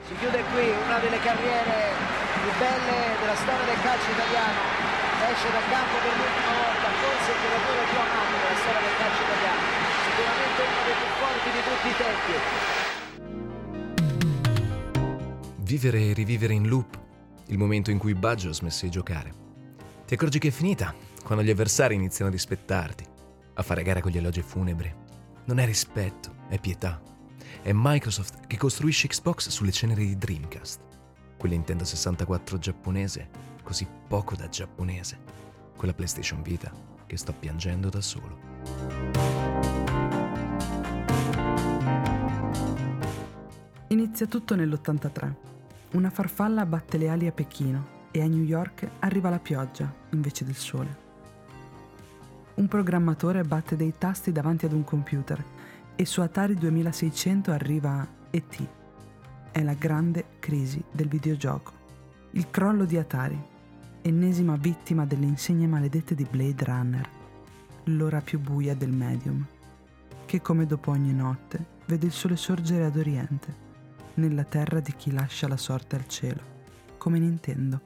Si chiude qui una delle carriere più belle della storia del calcio italiano. Esce dal campo per l'ultima volta, forse il giocatore più amato della storia del calcio italiano, sicuramente uno dei più forti di tutti i tempi. Vivere e rivivere in loop il momento in cui Baggio smesse di giocare. Ti accorgi che è finita quando gli avversari iniziano a rispettarti, a fare gara con gli elogi funebri. Non è rispetto, è pietà. È Microsoft che costruisce Xbox sulle ceneri di Dreamcast. Quella Nintendo 64 giapponese, così poco da giapponese. Quella PlayStation Vita che sta piangendo da solo. Inizia tutto nell'83. Una farfalla batte le ali a Pechino e a New York arriva la pioggia invece del sole. Un programmatore batte dei tasti davanti ad un computer e su Atari 2600 arriva E.T. È la grande crisi del videogioco. Il crollo di Atari, ennesima vittima delle insegne maledette di Blade Runner, l'ora più buia del medium, che come dopo ogni notte vede il sole sorgere ad oriente, nella terra di chi lascia la sorte al cielo, come Nintendo.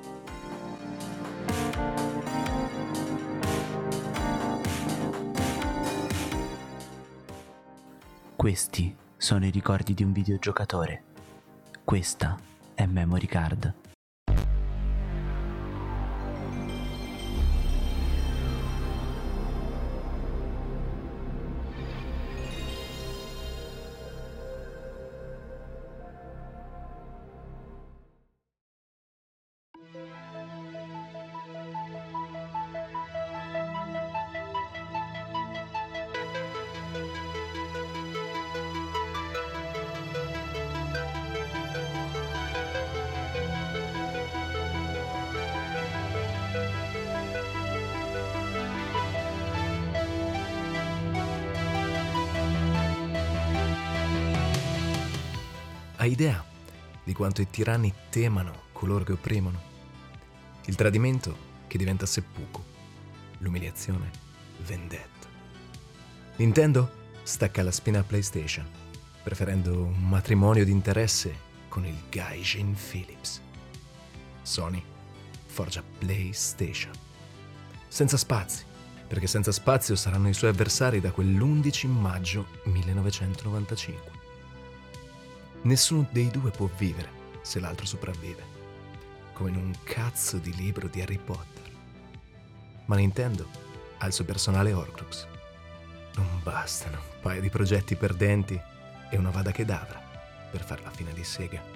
Questi sono i ricordi di un videogiocatore. Questa è Memory Card. Hai idea di quanto i tiranni temano coloro che opprimono? Il tradimento che diventa seppuku, l'umiliazione vendetta. Nintendo stacca la spina a PlayStation, preferendo un matrimonio di interesse con il Gaijin Philips. Sony forgia PlayStation. Senza spazi, perché senza spazio saranno i suoi avversari da quell'11 maggio 1995. Nessuno dei due può vivere se l'altro sopravvive, come in un cazzo di libro di Harry Potter. Ma Nintendo ha il suo personale Horcrux. Non bastano un paio di progetti perdenti e una Avada Kedavra per far la fine di Sega.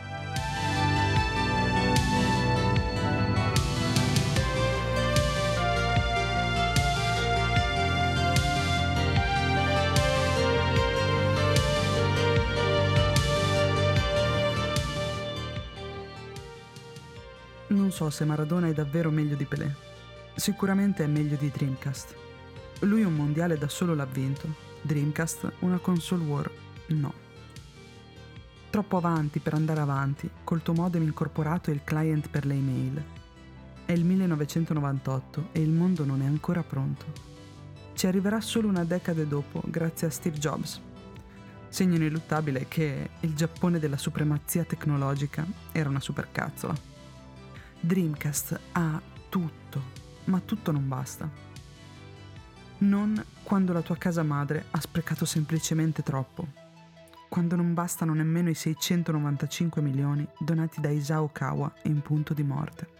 Non so se Maradona è davvero meglio di Pelé. Sicuramente è meglio di Dreamcast. Lui un mondiale da solo l'ha vinto. Dreamcast una console war? No. Troppo avanti per andare avanti, col tuo modem incorporato e il client per le email. È il 1998 e il mondo non è ancora pronto. Ci arriverà solo una decade dopo, grazie a Steve Jobs. Segno ineluttabile che il Giappone della supremazia tecnologica era una supercazzola. Dreamcast ha tutto, ma tutto non basta. Non quando la tua casa madre ha sprecato semplicemente troppo. Quando non bastano nemmeno i 695 milioni donati da Isao Kawa in punto di morte.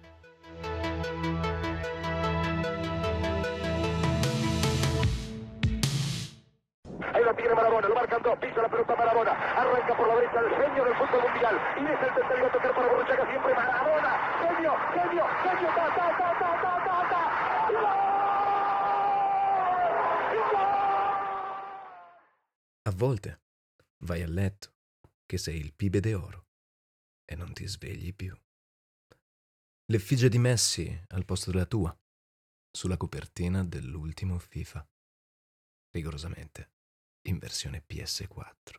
Ahí lo tiene Marabona, lo marcan dos, pisa la pelota Marabona, arranca por la derecha el genio del fútbol mundial, y es el tercer gol tocar para Borruchaga, siempre Marabona, genio, genio, genio, ta, ta, ta, ta, ta, ta, ta, y gol, y gol. A volte vai a letto che sei il pibe d'oro e non ti svegli più. L'effigie di Messi al posto della tua, sulla copertina dell'ultimo FIFA. Rigorosamente in versione PS4.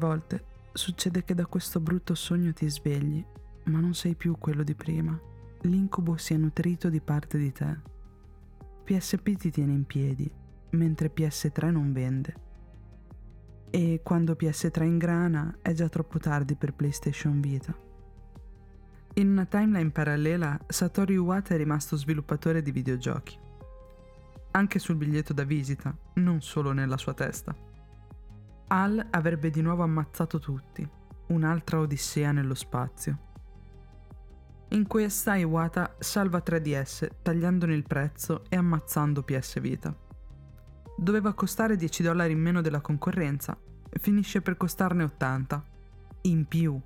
volte succede che da questo brutto sogno ti svegli, ma non sei più quello di prima. L'incubo si è nutrito di parte di te. PSP ti tiene in piedi, mentre PS3 non vende. E quando PS3 ingrana è già troppo tardi per PlayStation Vita. In una timeline parallela, Satoru Iwata è rimasto sviluppatore di videogiochi. Anche sul biglietto da visita, non solo nella sua testa. HAL avrebbe di nuovo ammazzato tutti, un'altra odissea nello spazio. In questa Iwata salva 3DS tagliandone il prezzo e ammazzando PS Vita. Doveva costare $10 in meno della concorrenza, finisce per costarne 80, in più.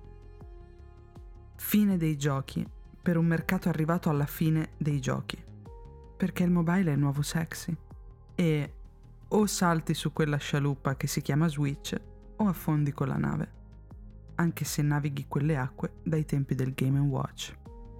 Fine dei giochi, per un mercato arrivato alla fine dei giochi. Perché il mobile è il nuovo sexy. E o salti su quella scialuppa che si chiama Switch o affondi con la nave. Anche se navighi quelle acque dai tempi del Game & Watch.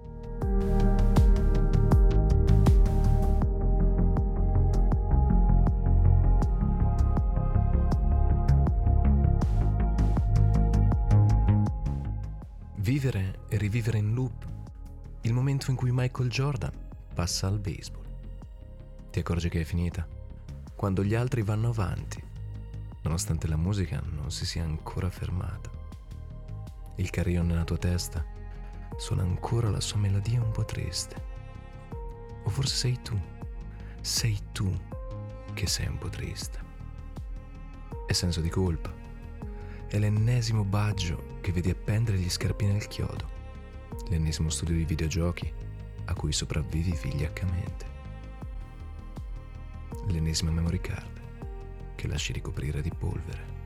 Vivere e rivivere in loop il momento in cui Michael Jordan passa al baseball. Ti accorgi che è finita quando gli altri vanno avanti, nonostante la musica non si sia ancora fermata. Il carillon nella tua testa suona ancora la sua melodia un po' triste. O forse sei tu che sei un po' triste. È senso di colpa. È l'ennesimo baggio che vedi appendere gli scarpini al chiodo, l'ennesimo studio di videogiochi a cui sopravvivi vigliaccamente, l'ennesima memory card che lasci ricoprire di polvere.